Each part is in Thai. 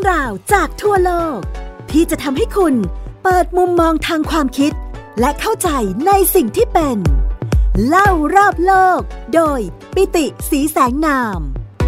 ราวจากทั่วโลกที่จะทำให้คุณเปิดมุมมองทางความคิดและเข้าใจในสิ่งที่เป็นเล่ารอบโลกโดยปิติศรีแสงนาม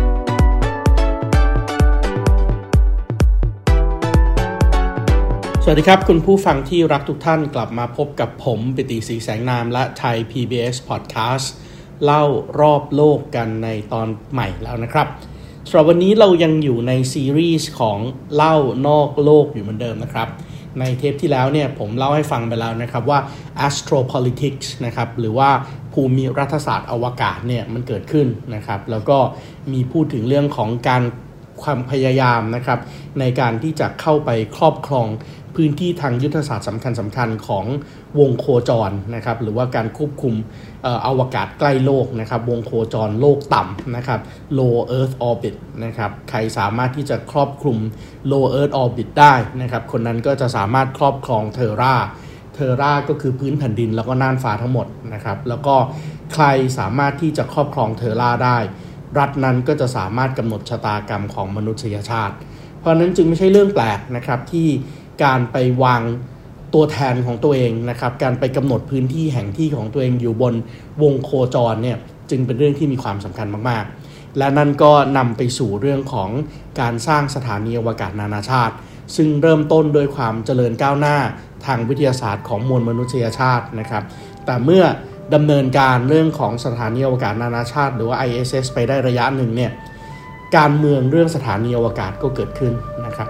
สวัสดีครับคุณผู้ฟังที่รักทุกท่านกลับมาพบกับผมปิติศรีแสงนามและไทย PBS Podcast เล่ารอบโลกกันในตอนใหม่แล้วนะครับสำหรับวันนี้เรายังอยู่ในซีรีส์ของเล่านอกโลกอยู่เหมือนเดิมนะครับในเทปที่แล้วเนี่ยผมเล่าให้ฟังไปแล้วนะครับว่า astropolitics นะครับหรือว่าภูมิรัฐศาสตร์อวกาศเนี่ยมันเกิดขึ้นนะครับแล้วก็มีพูดถึงเรื่องของการความพยายามนะครับในการที่จะเข้าไปครอบครองพื้นที่ทางยุทธศาสตร์สำคัญของวงโคจรนะครับหรือว่าการควบคุมอวกาศใกล้โลกนะครับวงโคจรโลกต่ำนะครับ low earth orbit นะครับใครสามารถที่จะครอบคลุม low earth orbit ได้นะครับคนนั้นก็จะสามารถครอบครองเทอร่าก็คือพื้นแผ่นดินแล้วก็น่านฟ้าทั้งหมดนะครับแล้วก็ใครสามารถที่จะครอบครองเทอร่าได้รัฐนั้นก็จะสามารถกำหนดชะตากรรมของมนุษยชาติเพราะนั้นจึงไม่ใช่เรื่องแปลกนะครับที่การไปวางตัวแทนของตัวเองนะครับการไปกำหนดพื้นที่แห่งที่ของตัวเองอยู่บนวงโคจรเนี่ยจึงเป็นเรื่องที่มีความสำคัญมากๆและนั่นก็นำไปสู่เรื่องของการสร้างสถานีอวกาศนานาชาติซึ่งเริ่มต้นโดยความเจริญก้าวหน้าทางวิทยาศาสตร์ของมวลมนุษยชาตินะครับแต่เมื่อดำเนินการเรื่องของสถานีอวกาศนานาชาติหรือว่า ISS ไปได้ระยะหนึ่งเนี่ยการเมืองเรื่องสถานีอวกาศก็เกิดขึ้นนะครับ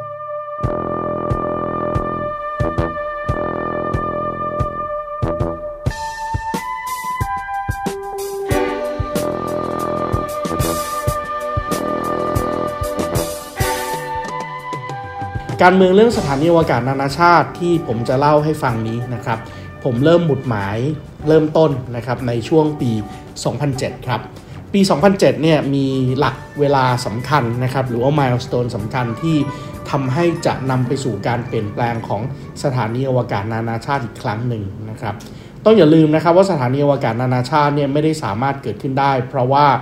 การเมืองเรื่องสถานีอวกาศนานาชาติที่ผมจะเล่าให้ฟังนี้นะครับผมเริ่มหมุดหมายเริ่มต้นนะครับในช่วงปี 2007 ครับปี 2007 เนี่ยมีหลักเวลาสำคัญนะครับหรือว่า milestone สำคัญที่ทำให้จะนำไปสู่การเปลี่ยนแปลงของสถานีอวกาศนานาชาติอีกครั้งหนึ่งนะครับต้องอย่าลืมนะครับว่าสถานีอวกาศนานาชาติเนี่ยไม่ได้สามารถเกิดขึ้นได้เพราะว่า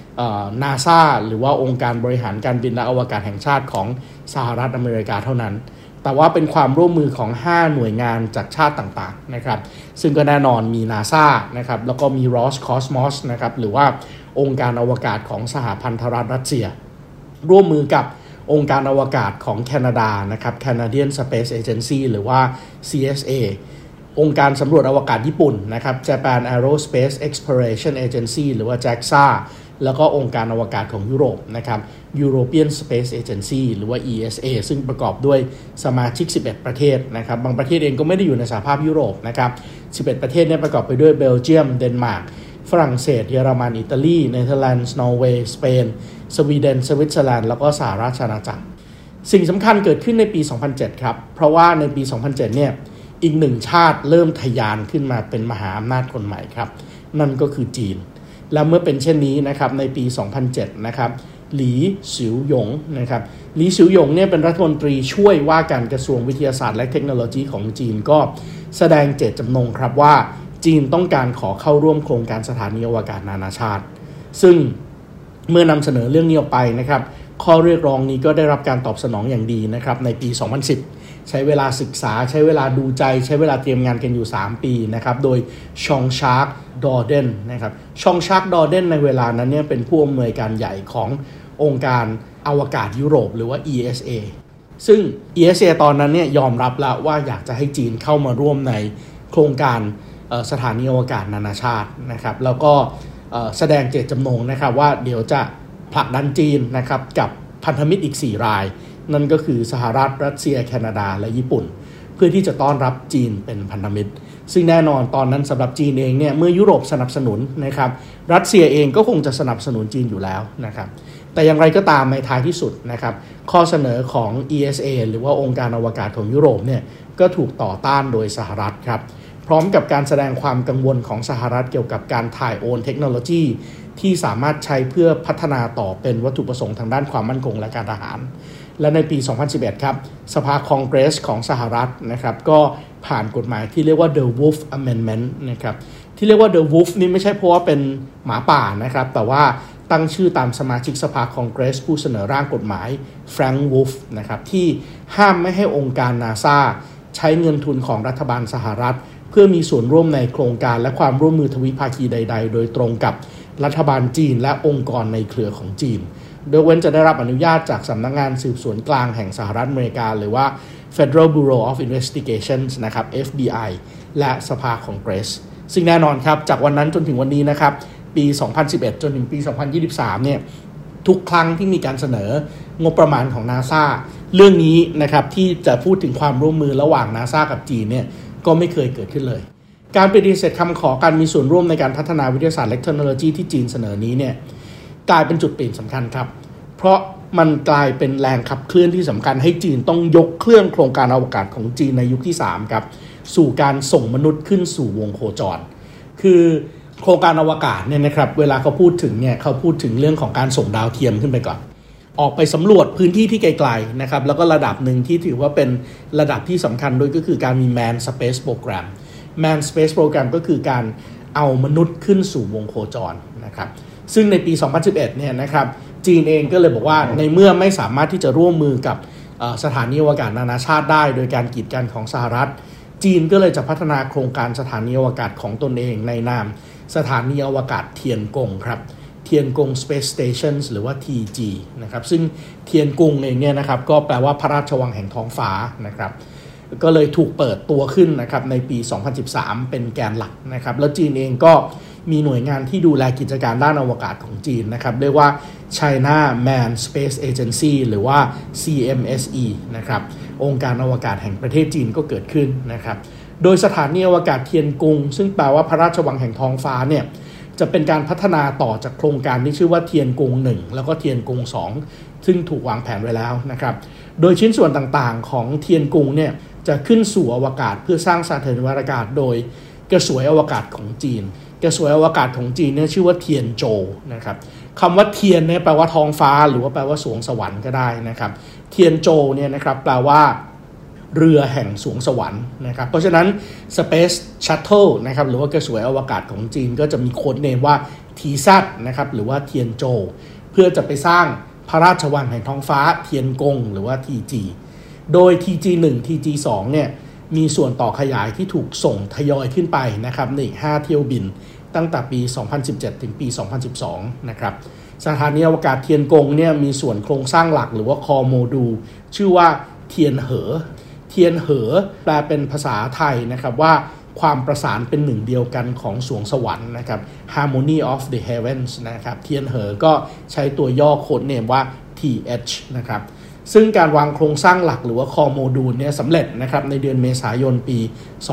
NASA หรือว่าองค์การบริหารการบินและอวกาศแห่งชาติของสหรัฐอเมริกาเท่านั้นแต่ว่าเป็นความร่วมมือของ5หน่วยงานจากชาติต่างๆนะครับซึ่งก็แน่นอนมี NASA นะครับแล้วก็มี Roscosmos นะครับหรือว่าองค์การอวกาศของสหพันธรัฐรัสเซียร่วมมือกับองค์การอวกาศของแคนาดานะครับ Canadian Space Agency หรือว่า CSA องค์การสำรวจอวกาศญี่ปุ่นนะครับ Japan Aerospace Exploration Agency หรือว่า JAXAแล้วก็องค์การอวกาศของยุโรปนะครับ European Space Agency หรือว่า ESA ซึ่งประกอบด้วยสมาชิก11ประเทศนะครับบางประเทศเองก็ไม่ได้อยู่ในสหภาพยุโรปนะครับ11ประเทศนี้ประกอบไปด้วยเบลเยียมเดนมาร์กฝรั่งเศสเยอรมันอิตาลีเนเธอร์แลนด์นอร์เวย์สเปนสวีเดนสวิตเซอร์แลนด์แล้วก็สหราชอาณาจักรสิ่งสำคัญเกิดขึ้นในปี 2007 ครับเพราะว่าในปี 2007 เนี่ยอีกหนึ่งชาติเริ่มทะยานขึ้นมาเป็นมหาอำนาจคนใหม่ครับนั่นก็คือจีนและเมื่อเป็นเช่นนี้นะครับในปี 2007 นะครับหลี่ฉิวหยงนะครับหลี่ฉิวหยงเนี่ยเป็นรัฐมนตรีช่วยว่าการกระทรวงวิทยาศาสตร์และเทคโนโลยีของจีนก็แสดงเจตจำนงครับว่าจีนต้องการขอเข้าร่วมโครงการสถานีอวกาศนานาชาติซึ่งเมื่อนำเสนอเรื่องนี้ออกไปนะครับข้อเรียกร้องนี้ก็ได้รับการตอบสนองอย่างดีนะครับในปี 2010 ใช้เวลาศึกษาใช้เวลาดูใจใช้เวลาเตรียมงานกันอยู่3ปีนะครับโดยชองชาร์กดอเดนนะครับชองชาร์กดอเดนในเวลานั้นเนี่ยเป็นผู้อำนวยการใหญ่ขององค์การอวกาศยุโรปหรือว่า ESA ซึ่ง ESA ตอนนั้นเนี่ยยอมรับแล้วว่าอยากจะให้จีนเข้ามาร่วมในโครงการสถานีอวกาศนานาชาตินะครับแล้วก็แสดงเจตจำนงนะครับว่าเดี๋ยวจะผลักดันจีนนะครับกับพันธมิตรอีก4รายนั่นก็คือสหรัฐรัสเซียแคนาดาและญี่ปุ่นเพื่อที่จะต้อนรับจีนเป็นพันธมิตรซึ่งแน่นอนตอนนั้นสำหรับจีนเองเนี่ยเมื่อยุโรปสนับสนุนนะครับรัสเซียเองก็คงจะสนับสนุนจีนอยู่แล้วนะครับแต่อย่างไรก็ตามในท้ายที่สุดนะครับข้อเสนอของ ESA หรือว่าองค์การอวกาศของยุโรปเนี่ยก็ถูกต่อต้านโดยสหรัฐครับพร้อมกับการแสดงความกังวลของสหรัฐเกี่ยวกับการถ่ายโอนเทคโนโลยีที่สามารถใช้เพื่อพัฒนาต่อเป็นวัตถุประสงค์ทางด้านความมั่นคงและการทหารและในปี 2011 ครับสภาคองเกรสของสหรัฐนะครับก็ผ่านกฎหมายที่เรียกว่า The Wolf Amendment นะครับที่เรียกว่า The Wolf นี่ไม่ใช่เพราะว่าเป็นหมาป่านะครับแต่ว่าตั้งชื่อตามสมาชิกสภาคองเกรสผู้เสนอร่างกฎหมายแฟรงค์วูฟนะครับที่ห้ามไม่ให้องค์การ NASA ใช้เงินทุนของรัฐบาลสหรัฐเพื่อมีส่วนร่วมในโครงการและความร่วมมือทวิภาคีใดๆโดยตรงกับรัฐบาลจีนและองค์กรในเครือของจีนโดยเว้นจะได้รับอนุญาตจากสำนักงานสืบสวนกลางแห่งสหรัฐอเมริกาหรือว่า Federal Bureau of Investigations นะครับ FBI และสภาคองเกรสซึ่งแน่นอนครับจากวันนั้นจนถึงวันนี้นะครับปี 2011 จนถึงปี 2023 เนี่ยทุกครั้งที่มีการเสนองบประมาณของ NASA เรื่องนี้นะครับที่จะพูดถึงความร่วมมือระหว่าง NASA กับจีนเนี่ยก็ไม่เคยเกิดขึ้นเลยการปฏิเสธคำขอการมีส่วนร่วมในการพัฒนาวิทยาศาสตร์และเทคโนโลยีที่จีนเสนอนี้เนี่ยกลายเป็นจุดเปลี่ยนสำคัญครับเพราะมันกลายเป็นแรงขับเคลื่อนที่สำคัญให้จีนต้องยกเครื่องโครงการอวกาศของจีนในยุคที่3ครับสู่การส่งมนุษย์ขึ้นสู่วงโคจรคือโครงการอวกาศเนี่ยนะครับเวลาเขาพูดถึงเนี่ยเขาพูดถึงเรื่องของการส่งดาวเทียมขึ้นไปก่อนออกไปสำรวจพื้นที่ที่ไกลๆนะครับแล้วก็ระดับหนึ่งที่ถือว่าเป็นระดับที่สำคัญด้วยก็คือการมี Manned Space Program Manned Space Program ก็คือการเอามนุษย์ขึ้นสู่วงโคจรนะครับซึ่งในปี 2011 เนี่ยนะครับจีนเองก็เลยบอกว่าในเมื่อไม่สามารถที่จะร่วมมือกับสถานีอวกาศนานาชาติได้โดยการกีดกันของสหรัฐจีนก็เลยจะพัฒนาโครงการสถานีอวกาศของตนเองในนามสถานีอวกาศเทียนกงครับเทียนกง Space Stations หรือว่า TG นะครับซึ่งเทียนกงเองเนี่ยนะครับก็แปลว่าพระราชวังแห่งท้องฟ้านะครับก็เลยถูกเปิดตัวขึ้นนะครับในปี 2013 เป็นแกนหลักนะครับแล้วจีนเองก็มีหน่วยงานที่ดูแลกิจการด้านอวกาศของจีนนะครับเรียกว่า China Manned Space Agency หรือว่า CMSE นะครับองค์การอวกาศแห่งประเทศจีนก็เกิดขึ้นนะครับโดยสถานีอวกาศเทียนกงซึ่งแปลว่าพระราชวังแห่งท้องฟ้าเนี่ยจะเป็นการพัฒนาต่อจากโครงการที่ชื่อว่าเทียนกง1แล้วก็เทียนกง2ซึ่งถูกวางแผนไว้แล้วนะครับโดยชิ้นส่วนต่างๆของเทียนกงเนี่ยจะขึ้นสู่อวกาศเพื่อสร้างสถานีอวกาศโดยกระสวยอวกาศของจีนกระสวยอวกาศของจีนเนี่ยชื่อว่าเทียนโจนะครับคำว่าเทียนเนี่ยแปลว่าท้องฟ้าหรือว่าแปลว่าสวงสวรรค์ก็ได้นะครับเทียนโจเนี่ยนะครับแปลว่าเรือแห่งสวงสวรรค์นะครับเพราะฉะนั้น Space Shuttle นะครับหรือว่ากระสวยอวกาศของจีนก็จะมีโค้ดเนมว่า TZ นะครับหรือว่าเทียนโจเพื่อจะไปสร้างพระราชวังแห่งท้องฟ้าเทียนกงหรือว่า TG โดย TG1 TG2 เนี่ยมีส่วนต่อขยายที่ถูกส่งทยอยขึ้นไปนะครับในอีก5เที่ยวบินตั้งแต่ปี 2017 ถึงปี 2012 นะครับสถานีอวกาศเทียนกงเนี่ยมีส่วนโครงสร้างหลักหรือว่า Core Module ชื่อว่าเทียนเหอเทียนเหอแปลเป็นภาษาไทยนะครับว่าความประสานเป็นหนึ่งเดียวกันของสวงสวรรค์นะครับ Harmony of the Heavens นะครับเทียนเหอก็ใช้ตัวย่อโค้ดเนมว่า TH นะครับซึ่งการวางโครงสร้างหลักหรือว่า Core Module เนี่ยสำเร็จนะครับในเดือนเมษายนปี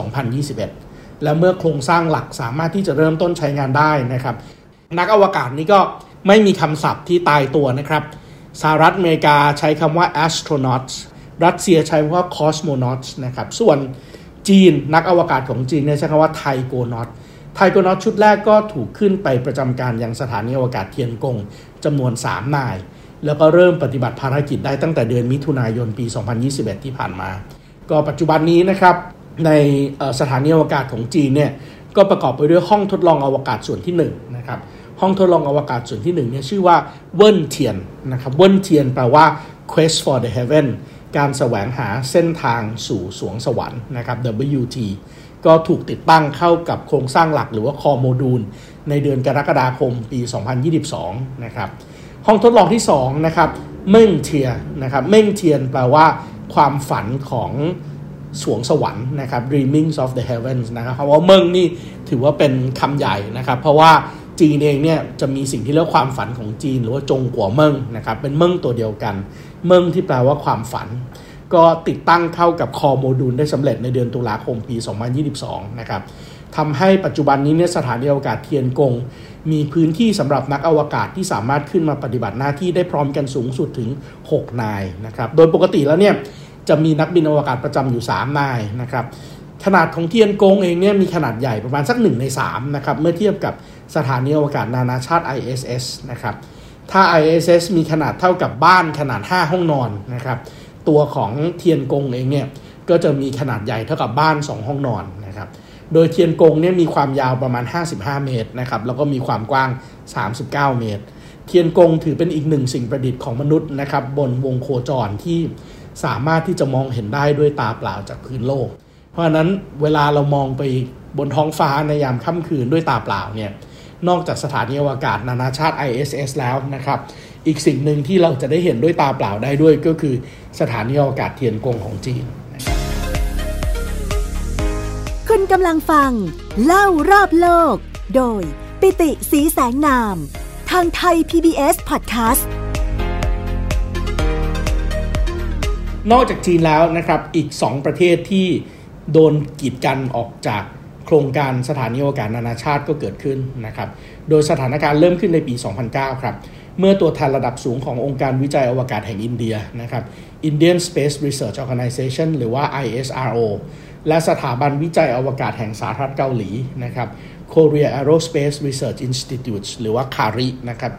2021 และเมื่อโครงสร้างหลักสามารถที่จะเริ่มต้นใช้งานได้นะครับนักอวกาศนี้ก็ไม่มีคำศัพท์ที่ตายตัวนะครับสหรัฐอเมริกาใช้คำว่า astronauts รัสเซียใช้ว่า cosmonauts นะครับส่วนจีนนักอวกาศของจีนเนี่ยใช้คำว่า Taigonaut ชุดแรกก็ถูกขึ้นไปประจำการยังสถานีอวกาศเทียนกงจำนวน3นายแล้วก็เริ่มปฏิบัติภารกิจได้ตั้งแต่เดือนมิถุนายนปี 2021 ที่ผ่านมาก็ปัจจุบันนี้นะครับในสถานีอวกาศของจีนเนี่ยก็ประกอบไปด้วยห้องทดลองอวกาศส่วนที่1นะครับห้องทดลองอวกาศส่วนที่1เนี่ยชื่อว่าเวินเทียนนะครับเวินเทียนแปลว่า Quest for the Heaven การแสวงหาเส้นทางสู่สวงสวรรค์นะครับ WT ก็ถูกติดตั้งเข้ากับโครงสร้างหลักหรือว่า Core Module ในเดือนกรกฎาคมปี 2022 นะครับห้องทดลองที่2นะครับเม่งเทียนะครับเม่งเทียนแปลว่าความฝันของสวงสวรรค์นะครับ Dreaming of the Heavens นะครับเพราะว่าเม่งนี่ถือว่าเป็นคำใหญ่นะครับเพราะว่าจีนเองเนี่ยจะมีสิ่งที่เรียกความฝันของจีนหรือว่าจงกัวเม่งนะครับเป็นเม่งตัวเดียวกันเม่งที่แปลว่าความฝันก็ติดตั้งเข้ากับคอโมดูลได้สำเร็จในเดือนตุลาคมปี 2022 นะครับทำให้ปัจจุบันนี้เนี่ยสถานีอวกาศเทียนกงมีพื้นที่สำหรับนักอวกาศที่สามารถขึ้นมาปฏิบัติหน้าที่ได้พร้อมกันสูงสุดถึง6นายนะครับโดยปกติแล้วเนี่ยจะมีนักบินอวกาศประจำอยู่3นายนะครับขนาดของเทียนกงเองเนี่ยมีขนาดใหญ่ประมาณสัก1ใน3นะครับเมื่อเทียบกับสถานีอวกาศนานาชาติ ISS นะครับถ้า ISS มีขนาดเท่ากับบ้านขนาด5ห้องนอนนะครับตัวของเทียนกงเองเนี่ยก็จะมีขนาดใหญ่เท่ากับบ้าน2ห้องนอนนะครับโดยเทียนกงเนี่ยมีความยาวประมาณ55เมตรนะครับแล้วก็มีความกว้าง39เมตรเทียนกงถือเป็นอีกหนึ่งสิ่งประดิษฐ์ของมนุษย์นะครับบนวงโคจรที่สามารถที่จะมองเห็นได้ด้วยตาเปล่าจากพื้นโลกเพราะฉะนั้นเวลาเรามองไปบนท้องฟ้าในยามค่ำคืนด้วยตาเปล่าเนี่ยนอกจากสถานีอวกาศนานาชาติ ISS แล้วนะครับอีกสิ่งหนึ่งที่เราจะได้เห็นด้วยตาเปล่าได้ด้วยก็คือสถานีอวกาศเทียนกงของจีนคุณกำลังฟังเล่ารอบโลกโดยปิติศรีแสงนามทางไทย PBS Podcast นอกจากจีนแล้วนะครับอีก2ประเทศที่โดนกีดกันออกจากโครงการสถานีอวกาศนานาชาติก็เกิดขึ้นนะครับโดยสถานการณ์เริ่มขึ้นในปี 2009 ครับเมื่อตัวแทนระดับสูงขององค์การวิจัยอวกาศแห่งอินเดียนะครับ Indian Space Research Organization หรือว่า ISRO และสถาบันวิจัยอวกาศแห่งสาธารณรัฐเกาหลีนะครับ Korea Aerospace Research Institute หรือว่า KARI นะครับ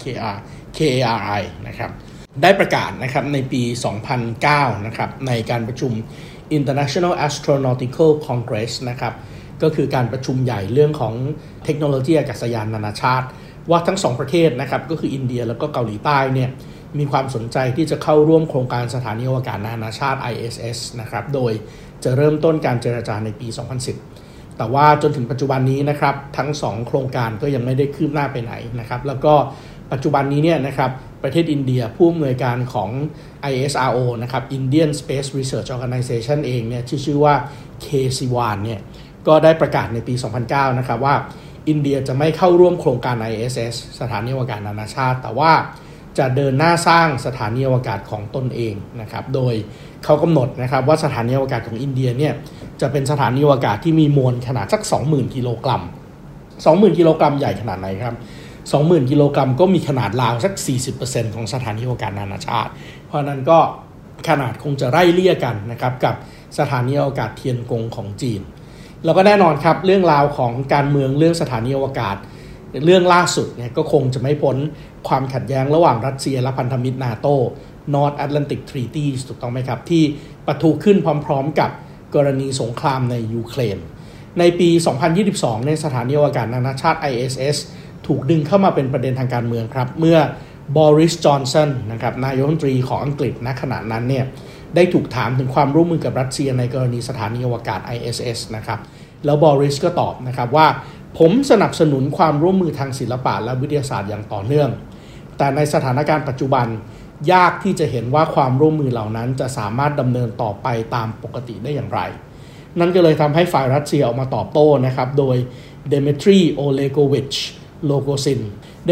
KARI นะครับได้ประกาศนะครับในปี 2009 นะครับในการประชุม International Astronautical Congress นะครับก็คือการประชุมใหญ่เรื่องของเทคโนโลยีอากาศยานนานาชาติว่าทั้ง2ประเทศนะครับก็คืออินเดียแล้วก็เกาหลีใต้เนี่ยมีความสนใจที่จะเข้าร่วมโครงการสถานีอวกาศนานาชาติ ISS นะครับโดยจะเริ่มต้นการเจรจาในปี 2010 แต่ว่าจนถึงปัจจุบันนี้นะครับทั้ง2โครงการก็ยังไม่ได้คืบหน้าไปไหนนะครับแล้วก็ปัจจุบันนี้เนี่ยนะครับประเทศอินเดียผู้อำนวยการของ ISRO นะครับ Indian Space Research Organization เองเนี่ยชื่อว่า KSIWAN เนี่ยก็ได้ประกาศในปี 2009 นะครับว่าอินเดียจะไม่เข้าร่วมโครงการ ISS สถานีอวกาศนานาชาติแต่ว่าจะเดินหน้าสร้างสถานีอวกาศของตนเองนะครับโดยเขากำหนดนะครับว่าสถานีอวกาศของอินเดียเนี่ยจะเป็นสถานีอวกาศที่มีมวลขนาดสัก 20,000 กิโลกรัม 20,000 กิโลกรัมใหญ่ขนาดไหนครับ 20,000 กิโลกรัมก็มีขนาดราวสัก 40% ของสถานีอวกาศนานาชาติเพราะนั้นก็ขนาดคงจะไล่เลี่ยกันนะครับกับสถานีอวกาศเทียนกงของจีนแล้วก็แน่นอนครับเรื่องราวของการเมืองเรื่องสถานีอวกาศเรื่องล่าสุดเนี่ยก็คงจะไม่พ้นความขัดแย้งระหว่างรัสเซียและพันธมิตรนาโต North Atlantic Treaty ถูกต้องไหมครับที่ปะทุขึ้นพร้อมๆกับกรณีสงครามในยูเครนในปี 2022 ในสถานีอวกาศนานาชาติ ISS ถูกดึงเข้ามาเป็นประเด็นทางการเมืองครับเมื่อบอริส จอนสันนะครับนายกรัฐมนตรีของอังกฤษณขณะนั้นเนี่ยได้ถูกถามถึงความร่วมมือกับรัสเซียในกรณีสถานีอวกาศ ISS นะครับแล้วบอริสก็ตอบนะครับว่าผมสนับสนุนความร่วมมือทางศิลปะและวิทยาศาสตร์อย่างต่อเนื่องแต่ในสถานการณ์ปัจจุบันยากที่จะเห็นว่าความร่วมมือเหล่านั้นจะสามารถดำเนินต่อไปตามปกติได้อย่างไรนั่นก็เลยทำให้ฝ่ายรัสเซียออกมาตอบโต้นะครับโดยเดมิทรีโอเลโกวิชโลโกซิน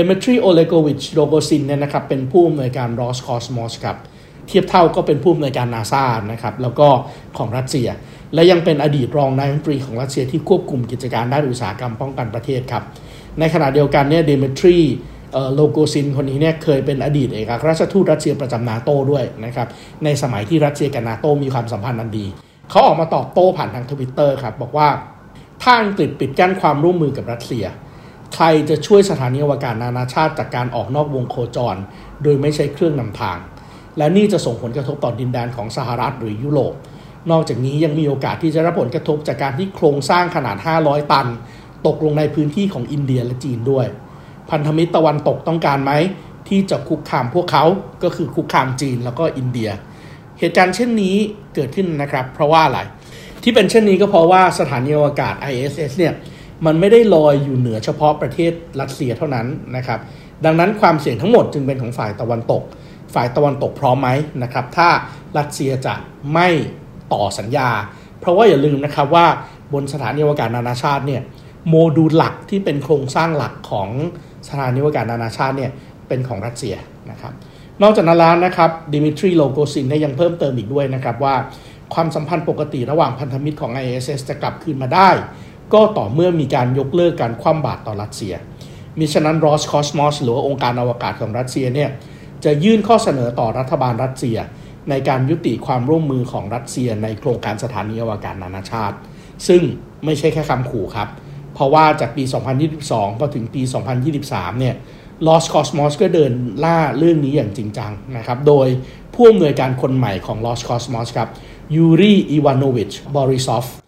เนี่ยนะครับเป็นผู้อำนวยการ Roscosmos ครับเทียบเท่าก็เป็นผู้อำนวยการ NASA นะครับแล้วก็ของรัสเซียและยังเป็นอดีตรองนายกรัฐมนตรีของรัสเซียที่ควบคุมกิจการด้านอุตสาหกรรมป้องกันประเทศครับในขณะเดียวกันเนี่ยเดมิทรีโลโกซินคนนี้เนี่ยเคยเป็นอดีตเอกอัครราชทูตรัสเซียประจำนาโต้ด้วยนะครับในสมัยที่รัสเซียกับนาโต้มีความสัมพันธ์อันดีเขาออกมาตอบโต้ผ่านทาง Twitter ครับบอกว่าถ้าอังกฤษปิดกั้นความร่วมมือกับรัสเซียใครจะช่วยสถานีอวกาศนานาชาติจากการออกนอกวงโคจรโดยไม่ใช้เครื่องนำทางและนี่จะส่งผลกระทบต่อดินแดนของสหรัฐหรือยุโรปนอกจากนี้ยังมีโอกาสที่จะรับผลกระทบจากการที่โครงสร้างขนาด500ตันตกลงในพื้นที่ของอินเดียและจีนด้วยพันธมิตรตะวันตกต้องการไหมที่จะคุกคามพวกเขาก็คือคุกคามจีนแล้วก็อินเดียเหตุการณ์เช่นนี้เกิดขึ้นนะครับเพราะว่าอะไรที่เป็นเช่นนี้ก็เพราะว่าสถานีอวกาศ ISS เนี่ยมันไม่ได้ลอยอยู่เหนือเฉพาะประเทศรัสเซียเท่านั้นนะครับดังนั้นความเสี่ยงทั้งหมดจึงเป็นของฝ่ายตะวันตกพร้อมไหมนะครับถ้ารัสเซียจะไม่ต่อสัญญาเพราะว่าอย่าลืมนะครับว่าบนสถานีอวกาศนานาชาติเนี่ยโมดูลหลักที่เป็นโครงสร้างหลักของสถานีอวกาศนานาชาติเนี่ยเป็นของรัสเซียนะครับนอกจากนั้นแล้วนะครับดิมิทรีโลโกซินยังเพิ่มเติมอีกด้วยนะครับว่าความสัมพันธ์ปกติระหว่างพันธมิตรของ ISS จะกลับคืนมาได้ก็ต่อเมื่อมีการยกเลิกการคว่ำบาตรต่อรัสเซียมิฉะนั้น Roscosmos หรือว่าองค์การอวกาศของรัสเซียเนี่ยจะยื่นข้อเสนอต่อรัฐบาลรัสเซียในการยุติความร่วมมือของรัสเซียในโครงการสถานีอวกาศนานาชาติซึ่งไม่ใช่แค่คำขู่ครับเพราะว่าจากปี 2022 พอถึงปี 2023 เนี่ย Roscosmos ก็เดินล่าเรื่องนี้อย่างจริงจังนะครับโดยผู้อำนวยการคนใหม่ของ Roscosmos ครับยูรีอีวานโนวิชบอริซอฟ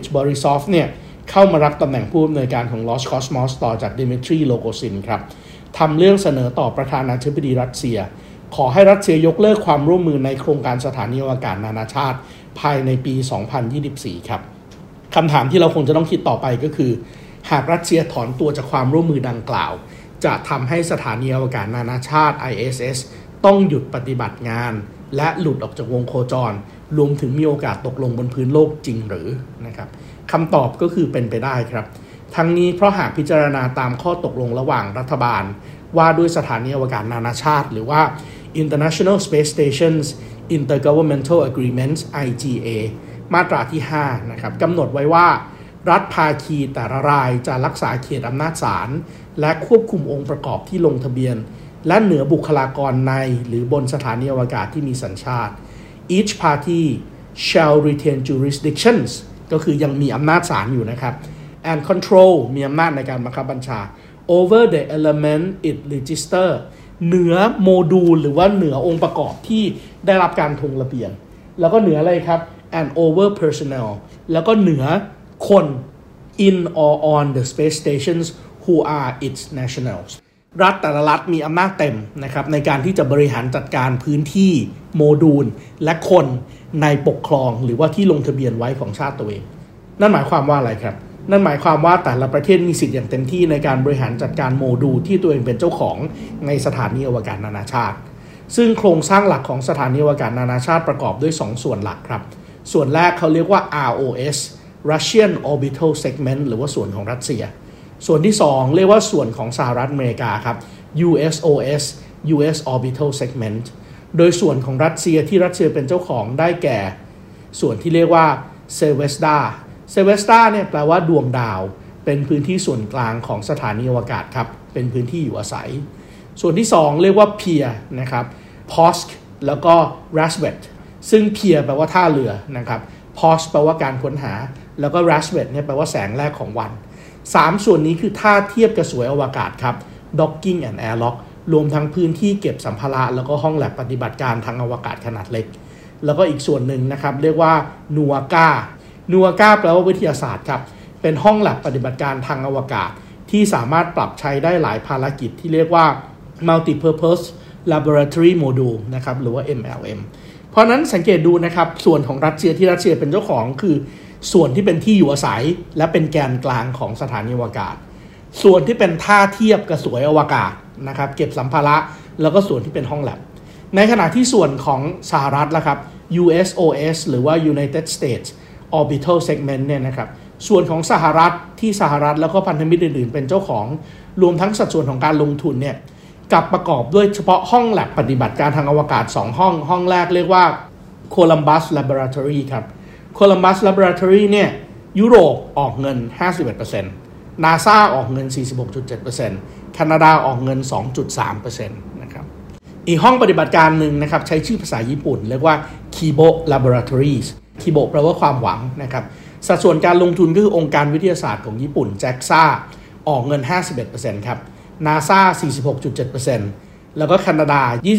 เนี่ยเข้ามารับตำแหน่งผู้อำนวยการของ Roscosmos ต่อจากดิมิทรีโลโกซินครับทำเรื่องเสนอต่อประธานาธิบดีรัสเซียขอให้รัสเซียยกเลิกความร่วมมือในโครงการสถานีอวกาศนานาชาติภายในปี 2024 ครับคำถามที่เราคงจะต้องคิดต่อไปก็คือหากรัสเซียถอนตัวจากความร่วมมือดังกล่าวจะทำให้สถานีอวกาศนานาชาติ ISS ต้องหยุดปฏิบัติงานและหลุดออกจากวงโคจรรวมถึงมีโอกาสตกลงบนพื้นโลกจริงหรือนะครับคำตอบก็คือเป็นไปได้ครับทั้งนี้เพราะหากพิจารณาตามข้อตกลงระหว่างรัฐบาลว่าด้วยสถานีอวกาศนานาชาติหรือว่า International Space Stations Intergovernmental Agreements IGA มาตราที่ 5 นะครับกำหนดไว้ว่ารัฐภาคีแต่ละรายจะรักษาเขตอำนาจศาลและควบคุมองค์ประกอบที่ลงทะเบียนและเหนือบุคลากรในหรือบนสถานีอวกาศที่มีสัญชาติ Each party shall retain jurisdictions ก็คือยังมีอำนาจศาลอยู่นะครับ and control มีอำนาจในการบังคับบัญชา over the element it register เหนือโมดูลหรือว่าเหนือองค์ประกอบที่ได้รับการทงระเบียนแล้วก็เหนืออะไรครับ and over personnel แล้วก็เหนือคน in or on the space stations who are its nationals รัฐแต่ละรัฐมีอำนาจเต็มนะครับในการที่จะบริหารจัดการพื้นที่โมดูลและคนในปกครองหรือว่าที่ลงทะเบียนไว้ของชาติตัวเองนั่นหมายความว่าอะไรครับนั่นหมายความว่าแต่ละประเทศมีสิทธิ์อย่างเต็มที่ในการบริหารจัดการโมดูลที่ตัวเองเป็นเจ้าของในสถานีอวกาศนานาชาติซึ่งโครงสร้างหลักของสถานีอวกาศนานาชาติประกอบด้วย2ส่วนหลักครับส่วนแรกเขาเรียกว่า ROS Russian Orbital Segment หรือว่าส่วนของรัสเซียส่วนที่2เรียกว่าส่วนของสหรัฐอเมริกาครับ USOS US Orbital Segment โดยส่วนของรัสเซียที่รัสเซียเป็นเจ้าของได้แก่ส่วนที่เรียกว่า Zvezda เนี่ยแปลว่าดวงดาวเป็นพื้นที่ส่วนกลางของสถานีอวกาศครับเป็นพื้นที่อยู่อาศัยส่วนที่2เรียกว่า Pier นะครับ Psk แล้วก็ Rasvet ซึ่ง Pier แปลว่าท่าเรือนะครับ Psk แปลว่าการค้นหาแล้วก็ Rasvet เนี่ยแปลว่าแสงแรกของวัน3ส่วนนี้คือท่าเทียบกระสวยอวกาศครับ Docking and Airlock รวมทั้งพื้นที่เก็บสัมภาระแล้วก็ห้องแลบปฏิบัติการทางอวกาศขนาดเล็กแล้วก็อีกส่วนหนึ่งนะครับเรียกว่า NUACA แปลว่าวิทยาศาสตร์ครับเป็นห้องแลบปฏิบัติการทางอวกาศที่สามารถปรับใช้ได้หลายภารกิจที่เรียกว่า Multipurpose Laboratory Module นะครับหรือว่า MLM เพราะนั้นสังเกตดูนะครับส่วนของรัสเซียที่รัสเซียเป็นเจ้าของคือส่วนที่เป็นที่อยู่อาศัยและเป็นแกนกลางของสถานีอวกาศส่วนที่เป็นท่าเทียบกระสวยอวกาศนะครับเก็บสัมภาระแล้วก็ส่วนที่เป็นห้องแลบในขณะที่ส่วนของสหรัฐล่ะครับ USOS หรือว่า United States Orbital Segment เนี่ยนะครับส่วนของสหรัฐที่สหรัฐแล้วก็พันธมิตรอื่นๆเป็นเจ้าของรวมทั้งสัดส่วนของการลงทุนเนี่ยกับประกอบด้วยเฉพาะห้องแลบปฏิบัติการทางอวกาศ2ห้องแรกเรียกว่า Columbus Laboratory ครับ Columbus Laboratory เนี่ยยุโรปออกเงิน 51% NASA ออกเงิน 46.7% แคนาดาออกเงิน 2.3% นะครับอีกห้องปฏิบัติการหนึ่งนะครับใช้ชื่อภาษาญี่ปุ่นเรียกว่า Kibo Laboratories Kibo แปลว่าความหวังนะครับสัดส่วนการลงทุนก็คือองค์การวิทยาศาสตร์ของญี่ปุ่น JAXA ออกเงิน 51% ครับ NASA 46.7% แล้วก็แคนาดา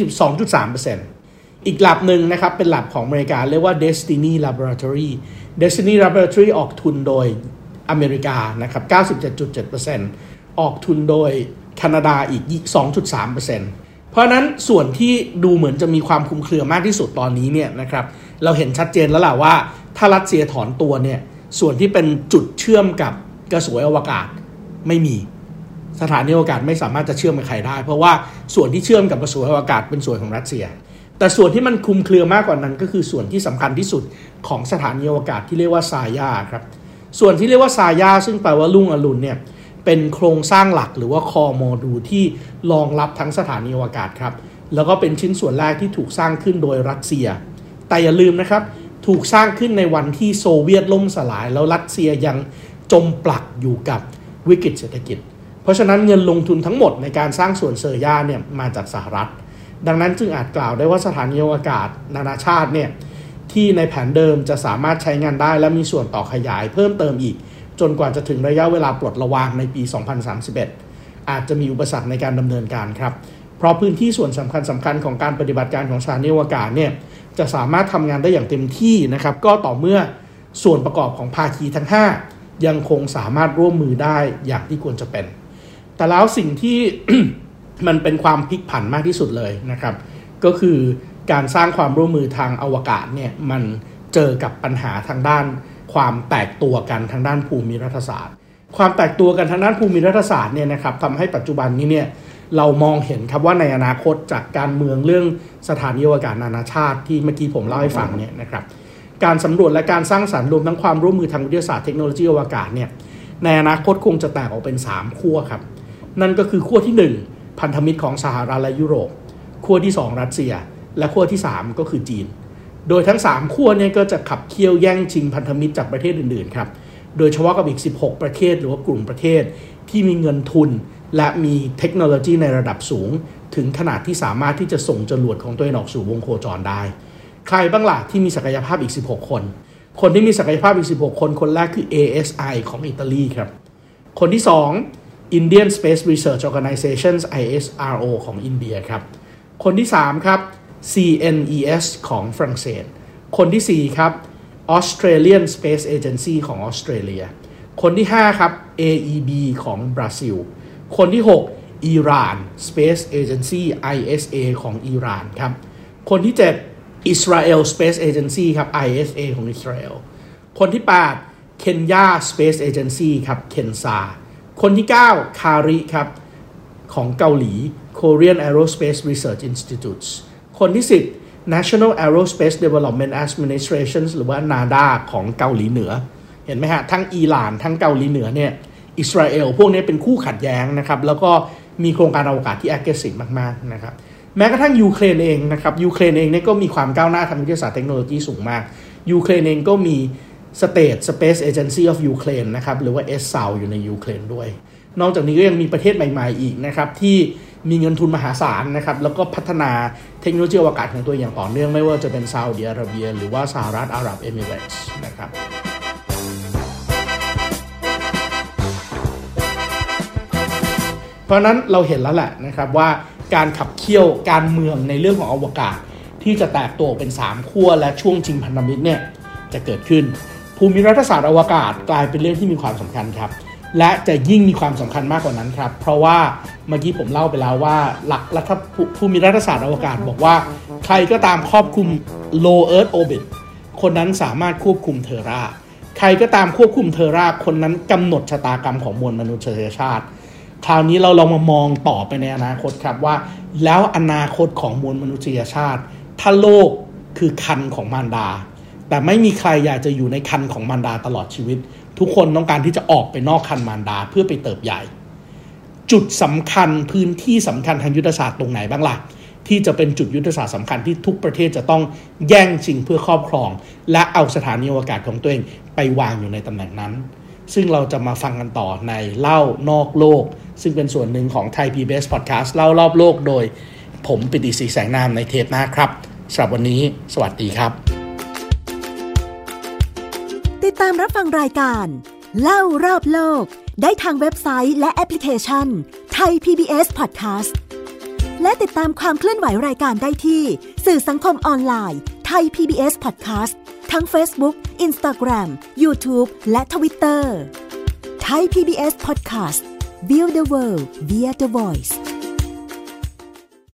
22.3% อีกหลับหนึ่งนะครับเป็นหลับของอเมริกาเรียกว่า Destiny Laboratory ออกทุนโดยอเมริกานะครับ 97.7% ออกทุนโดยแคนาดาอีก 2.3% เพราะนั้นส่วนที่ดูเหมือนจะมีความคลุมเครือมากที่สุดตอนนี้เนี่ยนะครับเราเห็นชัดเจนแล้วล่ะว่าถ้ารัสเซียถอนตัวเนี่ยส่วนที่เป็นจุดเชื่อมกับกระสวยอวกาศไม่มีสถานีอวกาศไม่สามารถจะเชื่อมกับใครได้เพราะว่าส่วนที่เชื่อมกับกระสวยอวกาศเป็นส่วนของรัสเซียแต่ส่วนที่มันคลุมเครือมากกว่านั้นก็คือส่วนที่สำคัญที่สุดของสถานีอวกาศที่เรียกว่าซายาครับส่วนที่เรียกว่าซายาซึ่งแปลว่ารุ่งอรุณเนี่ยเป็นโครงสร้างหลักหรือว่าคอโมดูลที่รองรับทั้งสถานีอวกาศครับแล้วก็เป็นชิ้นส่วนแรกที่ถูกสร้างขึ้นโดยรัสเซียแต่อย่าลืมนะครับถูกสร้างขึ้นในวันที่โซเวียตล่มสลายแล้วรัสเซียยังจมปลักอยู่กับวิกฤตเศรษฐกิจเพราะฉะนั้นเงินลงทุนทั้งหมดในการสร้างส่วนเซอร์ยาเนี่ยมาจากสหรัฐดังนั้นจึงอาจกล่าวได้ว่าสถานีอวกาศนานาชาติเนี่ยที่ในแผนเดิมจะสามารถใช้งานได้และมีส่วนต่อขยายเพิ่มเติมอีกจนกว่าจะถึงระยะเวลาปลดระวางในปี 2031 อาจจะมีอุปสรรคในการดำเนินการครับเพราะพื้นที่ส่วนสำคัญของการปฏิบัติการของสถานีอวกาศเนี่ยจะสามารถทำงานได้อย่างเต็มที่นะครับก็ต่อเมื่อส่วนประกอบของภาคีทั้ง5ยังคงสามารถร่วมมือได้อย่างที่ควรจะเป็นแต่แล้วสิ่งที่มันเป็นความพลิกผันมากที่สุดเลยนะครับก็คือการสร้างความร่วมมือทางอวกาศเนี่ยมันเจอกับปัญหาทางด้านความแตกตัวกันทางด้านภูมิรัฐศาสตร์ความแตกตัวกันทางด้านภูมิรัฐศาสตร์เนี่ยนะครับทำให้ปัจจุบันนี้เนี่ยเรามองเห็นครับว่าในอนาคตจากการเมืองเรื่องสถานีอวกาศนานาชาติที่เมื่อกี้ผมเล่าให้ฟังเนี่ยนะครับการสำรวจและการสร้างสรรค์รวมทั้งความร่วมมือทางวิทยาศาสตร์เทคโนโลยีอวกาศเนี่ยในอนาคตคงจะแตกออกเป็น3ขั้วครับนั่นก็คือขั้วที่1พันธมิตรของสหรัฐและยุโรปขั้วที่2รัสเซียและขั้วที่3ก็คือจีนโดยทั้ง3ขั้วเนี่ยก็จะขับเคี่ยวแย่งชิงพันธมิตรจากประเทศอื่นๆครับโดยเฉพาะกับอีก16ประเทศหรือว่ากลุ่มประเทศที่มีเงินทุนและมีเทคโนโลยีในระดับสูงถึงขนาดที่สามารถที่จะส่งจรวดของตัวเองออกสู่วงโคจรได้ใครบ้างล่ะที่มีศักยภาพอีก16คนที่มีศักยภาพอีก16คนแรกคือ ASI ของอิตาลีครับคนที่2 Indian Space Research Organization ISRO ของอินเดียครับคนที่3ครับ CNES ของฝรั่งเศสคนที่4ครับ Australian Space Agency ของออสเตรเลียคนที่5ครับ AEB ของบราซิลคนที่6 Iran Space Agency ISA ของอิหร่านครับคนที่7 Israel Space Agency ครับ ISA ของอิสราเอลคนที่8 Kenya Space Agency ครับ KENSA คนที่9 KARI ครับของเกาหลี Korean Aerospace Research Institute คนที่10 National Aerospace Development Administration หรือว่า NADA ของเกาหลีเหนือเห็นไหมฮะทั้งอิหร่านทั้งเกาหลีเหนือเนี่ยอิสราเอลพวกนี้เป็นคู่ขัดแย้งนะครับแล้วก็มีโครงการอวกาศที่ aggressive มากๆนะครับแม้กระทั่งยูเครนเองนะครับยูเครนเองเนี่ยก็มีความก้าวหน้าทางวิทยาศาสตร์เทคโนโลยีสูงมากยูเครนเองก็มี State Space Agency of Ukraine นะครับหรือว่า ESSAL อยู่ในยูเครนด้วยนอกจากนี้ก็ยังมีประเทศใหม่ๆอีกนะครับที่มีเงินทุนมหาศาลนะครับแล้วก็พัฒนาเทคโนโลยีอวกาศของตัวอย่างต่อเนื่องไม่ว่าจะเป็นซาอุดิอาระเบียหรือว่าสหรัฐอาหรับเอมิเรตส์นะครับเพราะนั้นเราเห็นแล้วแหละนะครับว่าการขับเคี่ยวการเมืองในเรื่องของอวกาศที่จะแตกตัวเป็น3ขั้วและช่วงชิงพันธมิตรเนี่ยจะเกิดขึ้นภูมิรัฐศาสตร์อวกาศกลายเป็นเรื่องที่มีความสำคัญครับและจะยิ่งมีความสำคัญมากกว่านั้นครับเพราะว่าเมื่อกี้ผมเล่าไปแล้วว่าหลักภูมิรัฐศาสตร์อวกาศบอกว่าใครก็ตามครอบคลุม low earth orbit คนนั้นสามารถควบคุมเทอร่าใครก็ตามควบคุมเทอร่าคนนั้นกำหนดชะตากรรมของมวลมนุษยชาติคราวนี้เราลองมามองต่อไปในอนาคตครับว่าแล้วอนาคตของมวลมนุษยชาติถ้าโลกคือครรภ์ของมารดาแต่ไม่มีใครอยากจะอยู่ในครรภ์ของมารดาตลอดชีวิตทุกคนต้องการที่จะออกไปนอกครรภ์มารดาเพื่อไปเติบใหญ่จุดสำคัญพื้นที่สำคัญทางยุทธศาสตร์ตรงไหนบ้างล่ะที่จะเป็นจุดยุทธศาสตร์สำคัญที่ทุกประเทศจะต้องแย่งชิงเพื่อครอบครองและเอาสถานีอวกาศของตัวเองไปวางอยู่ในตำแหน่งนั้นซึ่งเราจะมาฟังกันต่อในเล่านอกโลกซึ่งเป็นส่วนหนึ่งของ Thai PBS Podcast เล่ารอบโลกโดยผมปิติศรีแสงนามในเทปหน้าครับสำหรับวันนี้สวัสดีครับติดตามรับฟังรายการเล่ารอบโลกได้ทางเว็บไซต์และแอปพลิเคชัน Thai PBS Podcast และติดตามความเคลื่อนไหวรายการได้ที่สื่อสังคมออนไลน์ Thai PBS Podcast ทั้ง Facebook, Instagram, YouTube และ Twitter Thai PBS Podcast Build the World via the Voice